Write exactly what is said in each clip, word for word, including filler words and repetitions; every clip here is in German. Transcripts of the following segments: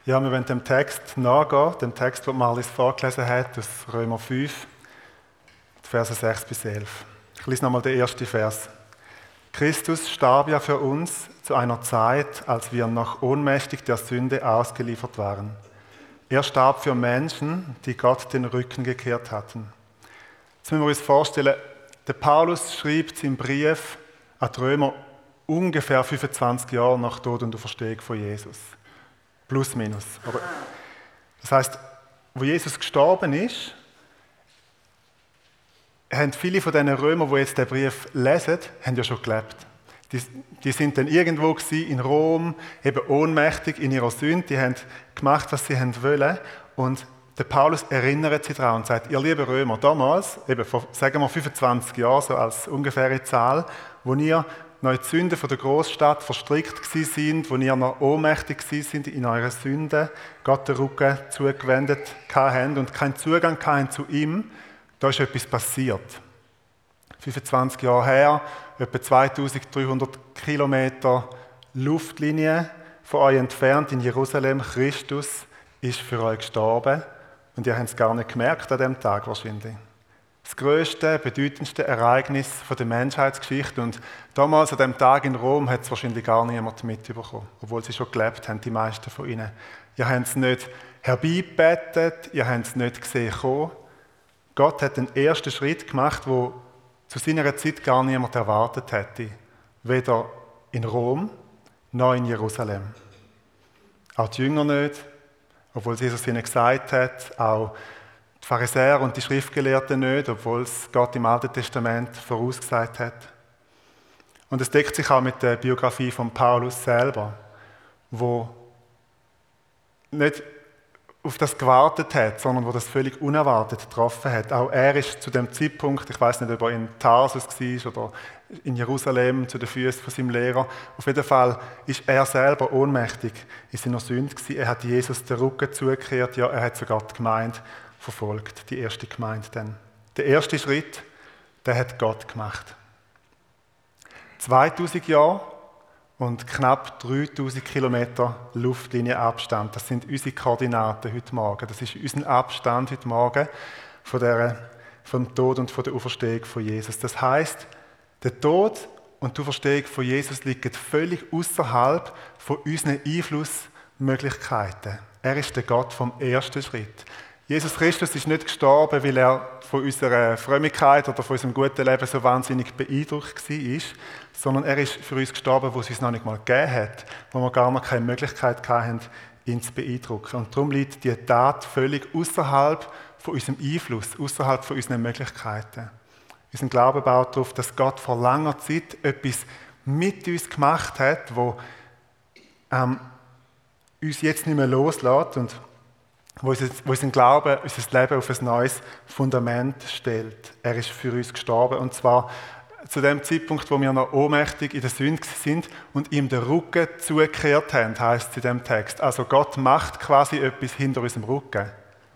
Ja, wir wollen dem Text nachgehen, dem Text, den Marlies vorgelesen hat, aus Römer fünf, die Verse sechs bis elf. Ich lese nochmal den ersten Vers. Christus starb ja für uns zu einer Zeit, als wir noch ohnmächtig der Sünde ausgeliefert waren. Er starb für Menschen, die Gott den Rücken gekehrt hatten. Jetzt müssen wir uns vorstellen, der Paulus schreibt im Brief an die Römer ungefähr fünfundzwanzig Jahre nach Tod und Auferstehung von Jesus. Plus, minus. Aber das heisst, wo Jesus gestorben ist, haben viele von diesen Römern, die jetzt den Brief lesen, haben ja schon gelebt. Die, die sind dann irgendwo gewesen, in Rom, eben ohnmächtig in ihrer Sünde, die haben gemacht, was sie wollen. Und der Paulus erinnert sie daran und sagt, ihr lieben Römer, damals, eben vor, sagen wir fünfundzwanzig Jahren, so als ungefähre Zahl, wo ihr noch in die Sünden von der Großstadt verstrickt gewesen sind, wo ihr noch ohnmächtig gewesen sind in euren Sünden, Gott den Rücken zugewendet habt und keinen Zugang habt zu ihm, da ist etwas passiert. fünfundzwanzig Jahre her, etwa zweitausenddreihundert Kilometer Luftlinie von euch entfernt in Jerusalem. Christus ist für euch gestorben und ihr habt es gar nicht gemerkt an diesem Tag wahrscheinlich. Das grösste, bedeutendste Ereignis der Menschheitsgeschichte und damals an diesem Tag in Rom hat es wahrscheinlich gar niemand mitbekommen, obwohl sie schon gelebt haben, die meisten von ihnen. Ihr habt es nicht herbeigebettet, ihr habt es nicht gesehen kommen. Gott hat den ersten Schritt gemacht, wo zu seiner Zeit gar niemand erwartet hätte. Weder in Rom noch in Jerusalem. Auch die Jünger nicht, obwohl Jesus ihnen gesagt hat, auch die Pharisäer und die Schriftgelehrten nicht, obwohl es Gott im Alten Testament vorausgesagt hat. Und es deckt sich auch mit der Biografie von Paulus selber, wo nicht auf das gewartet hat, sondern wo das völlig unerwartet getroffen hat. Auch er ist zu dem Zeitpunkt, ich weiß nicht, ob er in Tarsus war oder in Jerusalem zu den Füßen von seinem Lehrer. Auf jeden Fall ist er selber ohnmächtig in seiner Sünde gewesen. Er hat Jesus den Rücken zugekehrt, ja, er hat sogar die Gemeinde verfolgt, die erste Gemeinde dann. Der erste Schritt, den hat Gott gemacht. zweitausend Jahre und knapp dreitausend Kilometer Luftlinienabstand. Das sind unsere Koordinaten heute Morgen. Das ist unser Abstand heute Morgen von der, vom Tod und von der Auferstehung von Jesus. Das heisst, der Tod und die Auferstehung von Jesus liegen völlig außerhalb von unseren Einflussmöglichkeiten. Er ist der Gott vom ersten Schritt. Jesus Christus ist nicht gestorben, weil er von unserer Frömmigkeit oder von unserem guten Leben so wahnsinnig beeindruckt war, sondern er ist für uns gestorben, wo es uns noch nicht mal gegeben hat, wo wir gar noch keine Möglichkeit hatten, ihn zu beeindrucken. Und darum liegt die Tat völlig außerhalb von unserem Einfluss, außerhalb von unseren Möglichkeiten. Unser Glaube baut darauf, dass Gott vor langer Zeit etwas mit uns gemacht hat, wo ähm, uns jetzt nicht mehr loslässt und wo unseren Glauben, unser Leben auf ein neues Fundament stellt. Er ist für uns gestorben und zwar zu dem Zeitpunkt, wo wir noch ohnmächtig in der Sünde sind und ihm den Rücken zugekehrt haben, heisst es in diesem Text. Also Gott macht quasi etwas hinter unserem Rücken.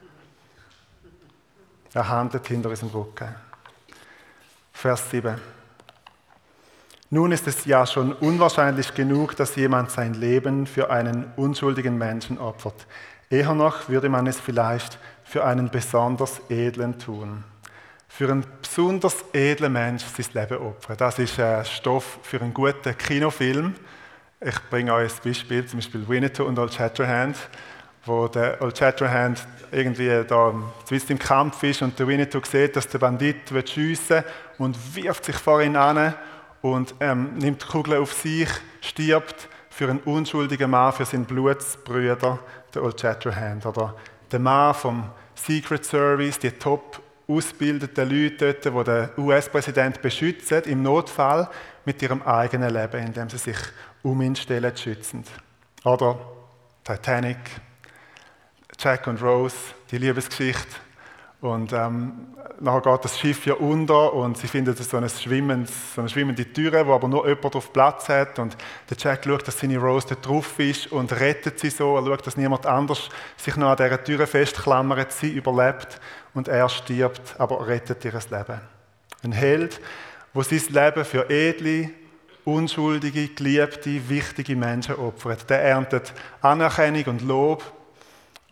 Er handelt hinter unserem Rücken. Vers sieben. Nun ist es ja schon unwahrscheinlich genug, dass jemand sein Leben für einen unschuldigen Menschen opfert. Eher noch würde man es vielleicht für einen besonders edlen tun. Für einen besonders edlen Menschen sein Leben opfern. Das ist ein Stoff für einen guten Kinofilm. Ich bringe euch ein Beispiel, zum Beispiel Winnetou und Old Shatterhand, wo der Old Shatterhand irgendwie da im Kampf ist und der Winnetou sieht, dass der Bandit schiessen will und wirft sich vor ihn an und ähm, nimmt die Kugel auf sich, stirbt für einen unschuldigen Mann, für seinen Blutsbrüder, der Old Shatterhand. Oder der Mann vom Secret Service, die top ausgebildeten Leute dort, die den U S-Präsident beschützen, im Notfall mit ihrem eigenen Leben, indem sie sich um ihn stellen, schützend. Oder Titanic, Jack und Rose, die Liebesgeschichte. Und ähm, nachher geht das Schiff ja unter und sie finden so eine, schwimmende, so eine schwimmende Türe, wo aber nur jemand drauf Platz hat. Und der Jack schaut, dass seine Rose da drauf ist und rettet sie so. Er schaut, dass niemand anders sich noch an dieser Türe festklammert. Sie überlebt und er stirbt, aber rettet ihr Leben. Ein Held, der sein Leben für edle, unschuldige, geliebte, wichtige Menschen opfert. Der erntet Anerkennung und Lob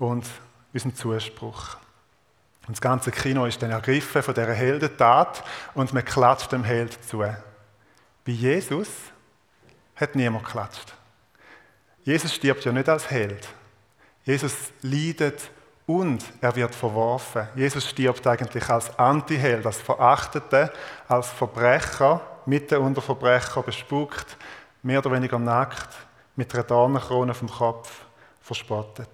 und unseren Zuspruch. Und das ganze Kino ist dann ergriffen von dieser Heldentat und man klatscht dem Held zu. Bei Jesus hat niemand geklatscht. Jesus stirbt ja nicht als Held. Jesus leidet und er wird verworfen. Jesus stirbt eigentlich als Antiheld, als Verachteter, als Verbrecher, mitten unter Verbrecher bespuckt, mehr oder weniger nackt, mit einer Dornenkrone auf dem Kopf, verspottet.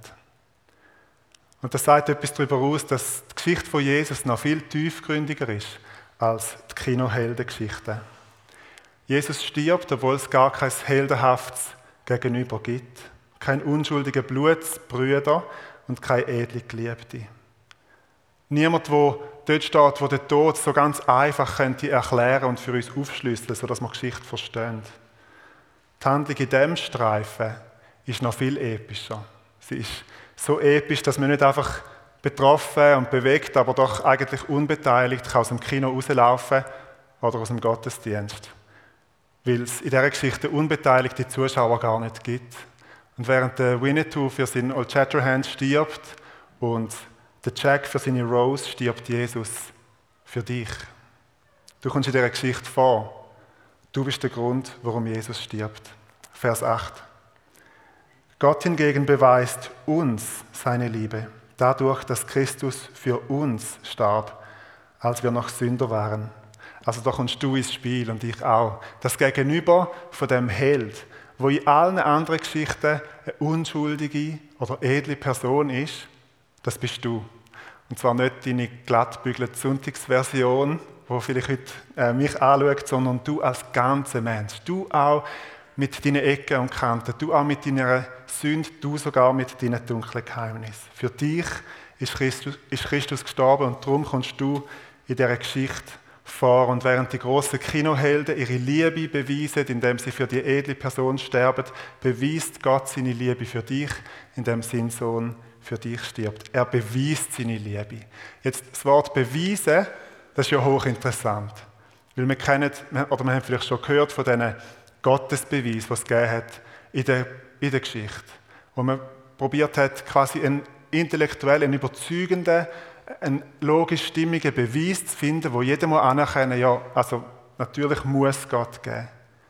Und das sagt etwas darüber aus, dass die Geschichte von Jesus noch viel tiefgründiger ist als die Kinoheldengeschichte. Jesus stirbt, obwohl es gar kein heldenhaftes Gegenüber gibt. Kein unschuldiger Blutsbrüder und keine edle Geliebte. Niemand, der dort steht, der den Tod so ganz einfach könnte erklären und für uns aufschlüsseln, sodass wir die Geschichte verstehen. Die Handlung in diesem Streifen ist noch viel epischer. Sie ist so episch, dass man nicht einfach betroffen und bewegt, aber doch eigentlich unbeteiligt aus dem Kino rauslaufen oder aus dem Gottesdienst. Weil es in dieser Geschichte unbeteiligte Zuschauer gar nicht gibt. Und während der Winnetou für seinen Old Shatterhand stirbt und der Jack für seine Rose stirbt Jesus für dich. Du kommst in dieser Geschichte vor. Du bist der Grund, warum Jesus stirbt. Vers acht. Gott hingegen beweist uns seine Liebe, dadurch, dass Christus für uns starb, als wir noch Sünder waren. Also da kommst du ins Spiel und ich auch. Das Gegenüber von dem Held, wo in allen anderen Geschichten eine unschuldige oder edle Person ist, das bist du. Und zwar nicht deine glattbügelte Sonntagsversion, die vielleicht heute äh, mich anschaut, sondern du als ganzer Mensch. Du auch mit deinen Ecken und Kanten, du auch mit deiner Sünde, du sogar mit deinen dunklen Geheimnissen. Für dich ist Christus, ist Christus gestorben und darum kommst du in dieser Geschichte vor. Und während die grossen Kinohelden ihre Liebe beweisen, indem sie für die edle Person sterben, beweist Gott seine Liebe für dich, indem sein Sohn für dich stirbt. Er beweist seine Liebe. Jetzt das Wort beweisen, das ist ja hochinteressant. Weil wir kennen, oder wir haben vielleicht schon gehört von diesen Gottesbeweis, was es gegeben hat in der, in der Geschichte. Wo man probiert hat, quasi einen intellektuellen, einen überzeugenden, einen logisch stimmigen Beweis zu finden, wo jeder mal anerkennen, ja, also natürlich muss Gott geben.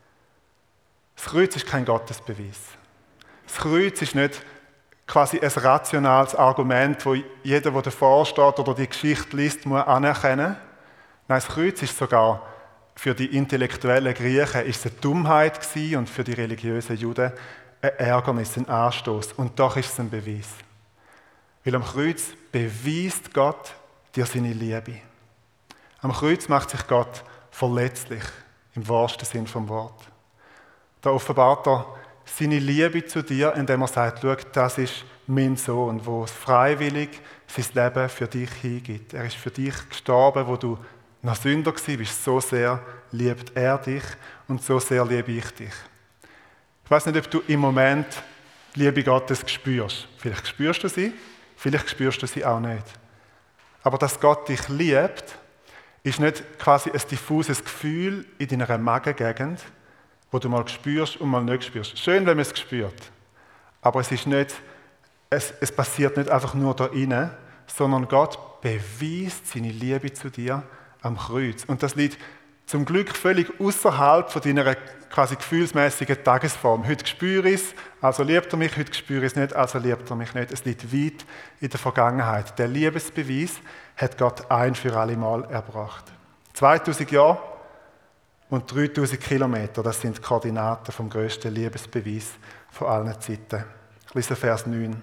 Das Kreuz ist kein Gottesbeweis. Das Kreuz ist nicht quasi ein rationales Argument, wo jeder, der davor steht oder die Geschichte liest, muss anerkennen. Nein, das Kreuz ist sogar für die intellektuellen Griechen ist es eine Dummheit gewesen und für die religiösen Juden ein Ärgernis, ein Anstoß. Und doch ist es ein Beweis. Weil am Kreuz beweist Gott dir seine Liebe. Am Kreuz macht sich Gott verletzlich, im wahrsten Sinn vom Wort. Da offenbart er seine Liebe zu dir, indem er sagt, schau, das ist mein Sohn, der freiwillig sein Leben für dich hingibt. Er ist für dich gestorben, wo du noch Sünder gewesen bist. So sehr liebt er dich und so sehr liebe ich dich. Ich weiß nicht, ob du im Moment die Liebe Gottes spürst. Vielleicht spürst du sie, vielleicht spürst du sie auch nicht. Aber dass Gott dich liebt, ist nicht quasi ein diffuses Gefühl in deiner Magengegend, wo du mal spürst und mal nicht spürst. Schön, wenn man es spürt. Aber es ist nicht, es, es passiert nicht einfach nur da innen, sondern Gott beweist seine Liebe zu dir am Kreuz. Und das liegt zum Glück völlig außerhalb von deiner quasi gefühlsmäßigen Tagesform. Heute spüre ich es, also liebt er mich, heute spüre ich es nicht, also liebt er mich nicht. Es liegt weit in der Vergangenheit. Der Liebesbeweis hat Gott ein für alle Mal erbracht. zweitausend Jahre und dreitausend Kilometer, das sind die Koordinaten vom grössten Liebesbeweis von allen Zeiten. Ich lese Vers neun.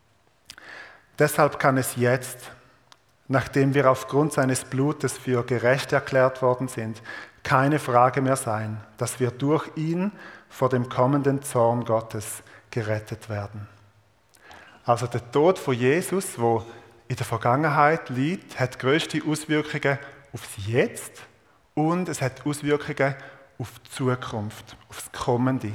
Deshalb kann es jetzt, nachdem wir aufgrund seines Blutes für gerecht erklärt worden sind, keine Frage mehr sein, dass wir durch ihn vor dem kommenden Zorn Gottes gerettet werden. Also der Tod von Jesus, der in der Vergangenheit liegt, hat grösste Auswirkungen aufs Jetzt und es hat Auswirkungen auf die Zukunft, aufs Kommende.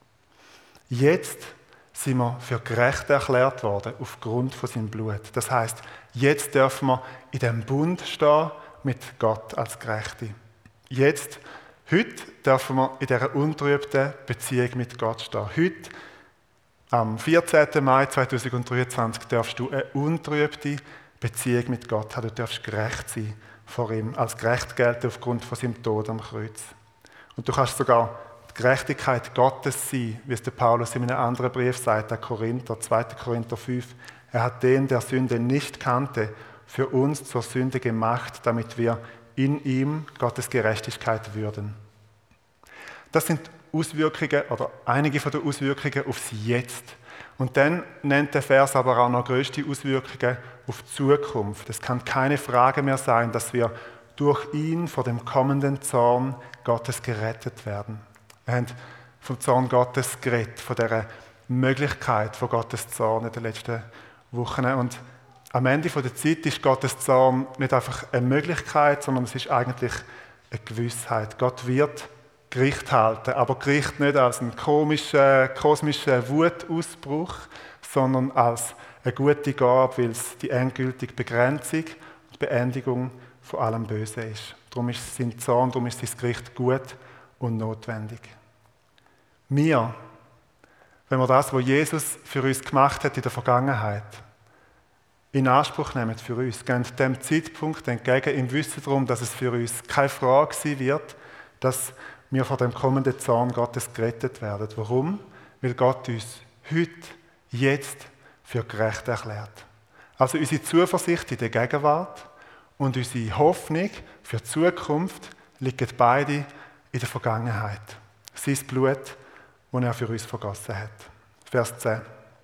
Jetzt sind wir für gerecht erklärt worden aufgrund von seinem Blut. Das heisst, jetzt dürfen wir in dem Bund stehen mit Gott als Gerechte. Jetzt, heute dürfen wir in dieser untrübten Beziehung mit Gott stehen. Heute Am vierzehnten Mai zweitausenddreiundzwanzig darfst du eine untrübte Beziehung mit Gott haben. Du darfst gerecht sein vor ihm, als gerecht gelten aufgrund von seinem Tod am Kreuz. Und du kannst sogar die Gerechtigkeit Gottes sein, wie es der Paulus in einem anderen Brief sagt, der Korinther, zweiter Korinther fünf. Er hat den, der Sünde nicht kannte, für uns zur Sünde gemacht, damit wir in ihm Gottes Gerechtigkeit würden. Das sind Auswirkungen oder einige von den Auswirkungen aufs Jetzt. Und dann nennt der Vers aber auch noch größte Auswirkungen auf die Zukunft. Es kann keine Frage mehr sein, dass wir durch ihn vor dem kommenden Zorn Gottes gerettet werden. Wir haben vom Zorn Gottes geredet, von dieser Möglichkeit von Gottes Zorn in den letzten Wochen. Und am Ende der Zeit ist Gottes Zorn nicht einfach eine Möglichkeit, sondern es ist eigentlich eine Gewissheit. Gott wird Gericht halten, aber Gericht nicht als einen komischen, kosmischen Wutausbruch, sondern als eine gute Gabe, weil es die endgültige Begrenzung und Beendigung von allem Bösen ist. Darum ist sein Zorn, darum ist sein Gericht gut und notwendig. Wir, wenn wir das, was Jesus für uns gemacht hat in der Vergangenheit, in Anspruch nehmen für uns, gehen dem Zeitpunkt entgegen im Wissen darum, dass es für uns keine Frage sein wird, dass wir vor dem kommenden Zorn Gottes gerettet werden. Warum? Weil Gott uns heute, jetzt für gerecht erklärt. Also unsere Zuversicht in der Gegenwart und unsere Hoffnung für die Zukunft liegen beide in der Vergangenheit. Sein Blut, das er für uns vergossen hat. Vers zehn.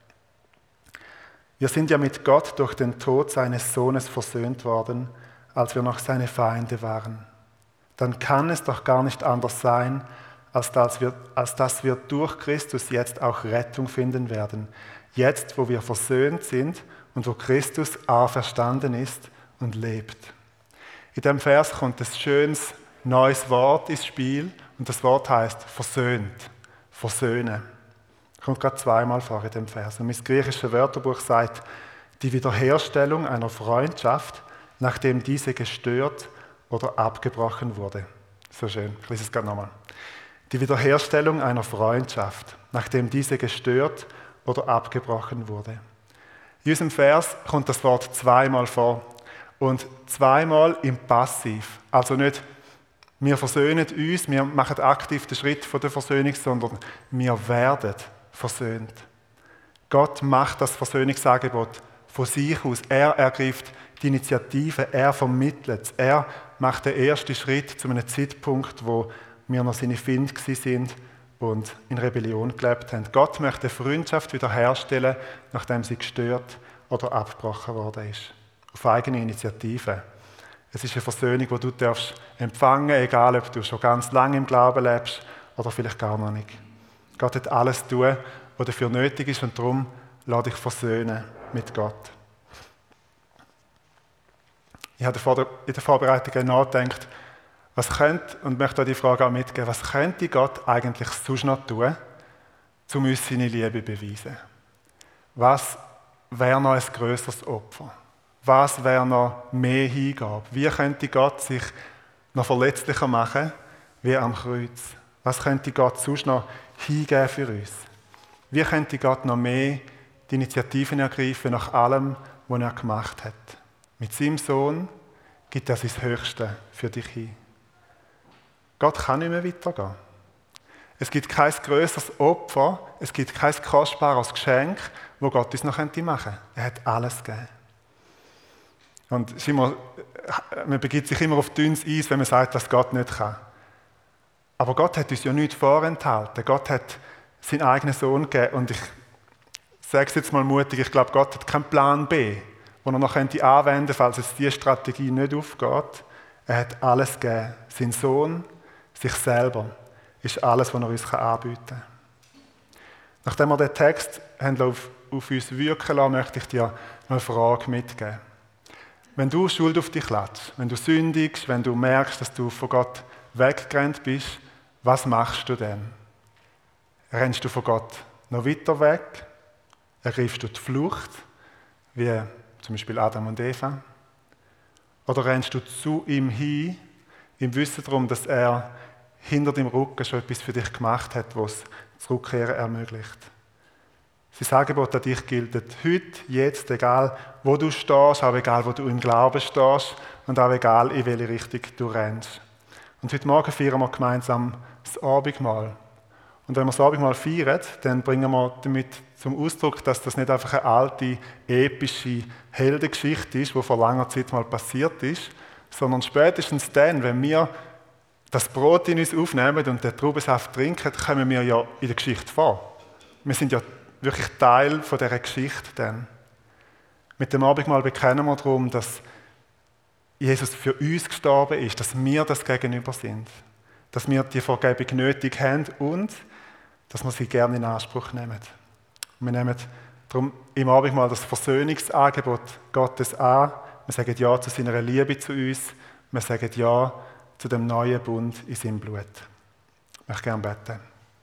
Wir sind ja mit Gott durch den Tod seines Sohnes versöhnt worden, als wir noch seine Feinde waren. Dann kann es doch gar nicht anders sein, als dass, wir, als dass wir durch Christus jetzt auch Rettung finden werden. Jetzt, wo wir versöhnt sind und wo Christus auferstanden ist und lebt. In diesem Vers kommt ein schönes neues Wort ins Spiel und das Wort heißt versöhnt, versöhnen. Kommt gerade zweimal vor in dem Vers. Und mein griechisches Wörterbuch sagt, die Wiederherstellung einer Freundschaft, nachdem diese gestört oder abgebrochen wurde. So schön, ich lese es gerade nochmal. Die Wiederherstellung einer Freundschaft, nachdem diese gestört oder abgebrochen wurde. In unserem Vers kommt das Wort zweimal vor. Und zweimal im Passiv. Also nicht, wir versöhnen uns, wir machen aktiv den Schritt von der Versöhnung, sondern wir werden versöhnt. Gott macht das Versöhnungsangebot von sich aus. Er ergreift die Initiative, er vermittelt es. Er macht den ersten Schritt zu einem Zeitpunkt, wo wir noch seine Finde sind und in Rebellion gelebt haben. Gott möchte Freundschaft wiederherstellen, nachdem sie gestört oder abgebrochen worden ist. Auf eigene Initiative. Es ist eine Versöhnung, die du darfst empfangen, egal ob du schon ganz lange im Glauben lebst oder vielleicht gar noch nicht. Gott hat alles tun, was dafür nötig ist und darum lass dich versöhnen mit Gott. Ich habe in der Vorbereitung nachgedacht, was könnte, und möchte euch die Frage auch mitgeben, was könnte Gott eigentlich sonst noch tun, um uns seine Liebe zu beweisen? Was wäre noch ein grösseres Opfer? Was wäre noch mehr Hingabe? Wie könnte Gott sich noch verletzlicher machen wie am Kreuz? Was könnte Gott sonst noch hingeben für uns? Wie könnte Gott noch mehr die Initiativen ergreifen nach allem, was er gemacht hat? Mit seinem Sohn gibt er sein Höchstes für dich hin. Gott kann nicht mehr weitergehen. Es gibt kein grösseres Opfer, es gibt kein kostbares Geschenk, das Gott uns noch machen könnte. Er hat alles gegeben. Und es ist immer, man begibt sich immer auf dünnes Eis, wenn man sagt, dass Gott nicht kann. Aber Gott hat uns ja nichts vorenthalten. Gott hat seinen eigenen Sohn gegeben. Und ich sage es jetzt mal mutig, ich glaube, Gott hat keinen Plan B, den er noch anwenden könnte, falls es diese Strategie nicht aufgeht. Er hat alles gegeben. Sein Sohn, sich selber, ist alles, was er uns anbieten kann. Nachdem wir den Text haben auf, auf uns wirken lassen, möchte ich dir noch eine Frage mitgeben. Wenn du Schuld auf dich lädst, wenn du sündigst, wenn du merkst, dass du von Gott weggerannt bist, was machst du denn? Rennst du von Gott noch weiter weg? Ergreifst du die Flucht, wie zum Beispiel Adam und Eva? Oder rennst du zu ihm hin, im Wissen darum, dass er hinter deinem Rücken schon etwas für dich gemacht hat, was das Rückkehren ermöglicht? Sein Angebot an dich gilt heute, jetzt, egal wo du stehst, auch egal wo du im Glauben stehst und auch egal in welche Richtung du rennst. Und heute Morgen feiern wir gemeinsam das Abendmahl. Und wenn wir das Abendmahl feiern, dann bringen wir damit zum Ausdruck, dass das nicht einfach eine alte, epische Heldengeschichte ist, die vor langer Zeit mal passiert ist, sondern spätestens dann, wenn wir das Brot in uns aufnehmen und den Traubensaft trinken, kommen wir ja in der Geschichte vor. Wir sind ja wirklich Teil von dieser Geschichte dann. Mit dem Abendmahl bekennen wir darum, dass Jesus für uns gestorben ist, dass wir das Gegenüber sind, dass wir die Vergebung nötig haben und dass wir sie gerne in Anspruch nehmen. Wir nehmen darum im Abendmahl das Versöhnungsangebot Gottes an. Wir sagen Ja zu seiner Liebe zu uns. Wir sagen Ja zu dem neuen Bund in seinem Blut. Ich möchte gerne beten.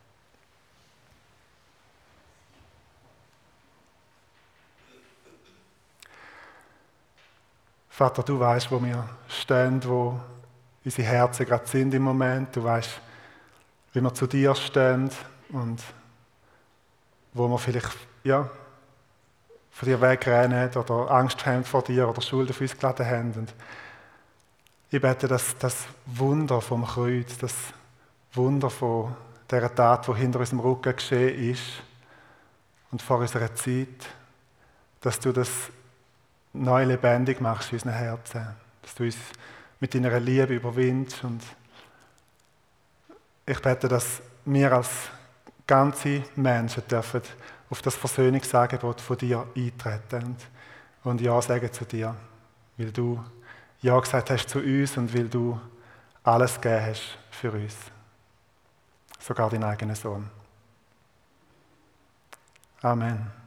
Vater, du weißt, wo wir stehen, wo unsere Herzen gerade sind im Moment. Du weißt, wie wir zu dir stehen und wo wir vielleicht ja, von dir wegrennen oder Angst haben vor dir oder Schuld auf uns geladen haben. Und ich bete, dass das Wunder vom Kreuz, das Wunder von dieser Tat, die hinter unserem Rücken geschehen ist und vor unserer Zeit, dass du das neu lebendig machst in unseren Herzen. Dass du uns mit deiner Liebe überwindest. Und ich bete, dass wir als ganze Menschen dürfen auf das Versöhnungsangebot von dir eintreten und Ja sagen zu dir, weil du Ja gesagt hast zu uns und weil du alles gegeben hast für uns. Sogar deinen eigenen Sohn. Amen.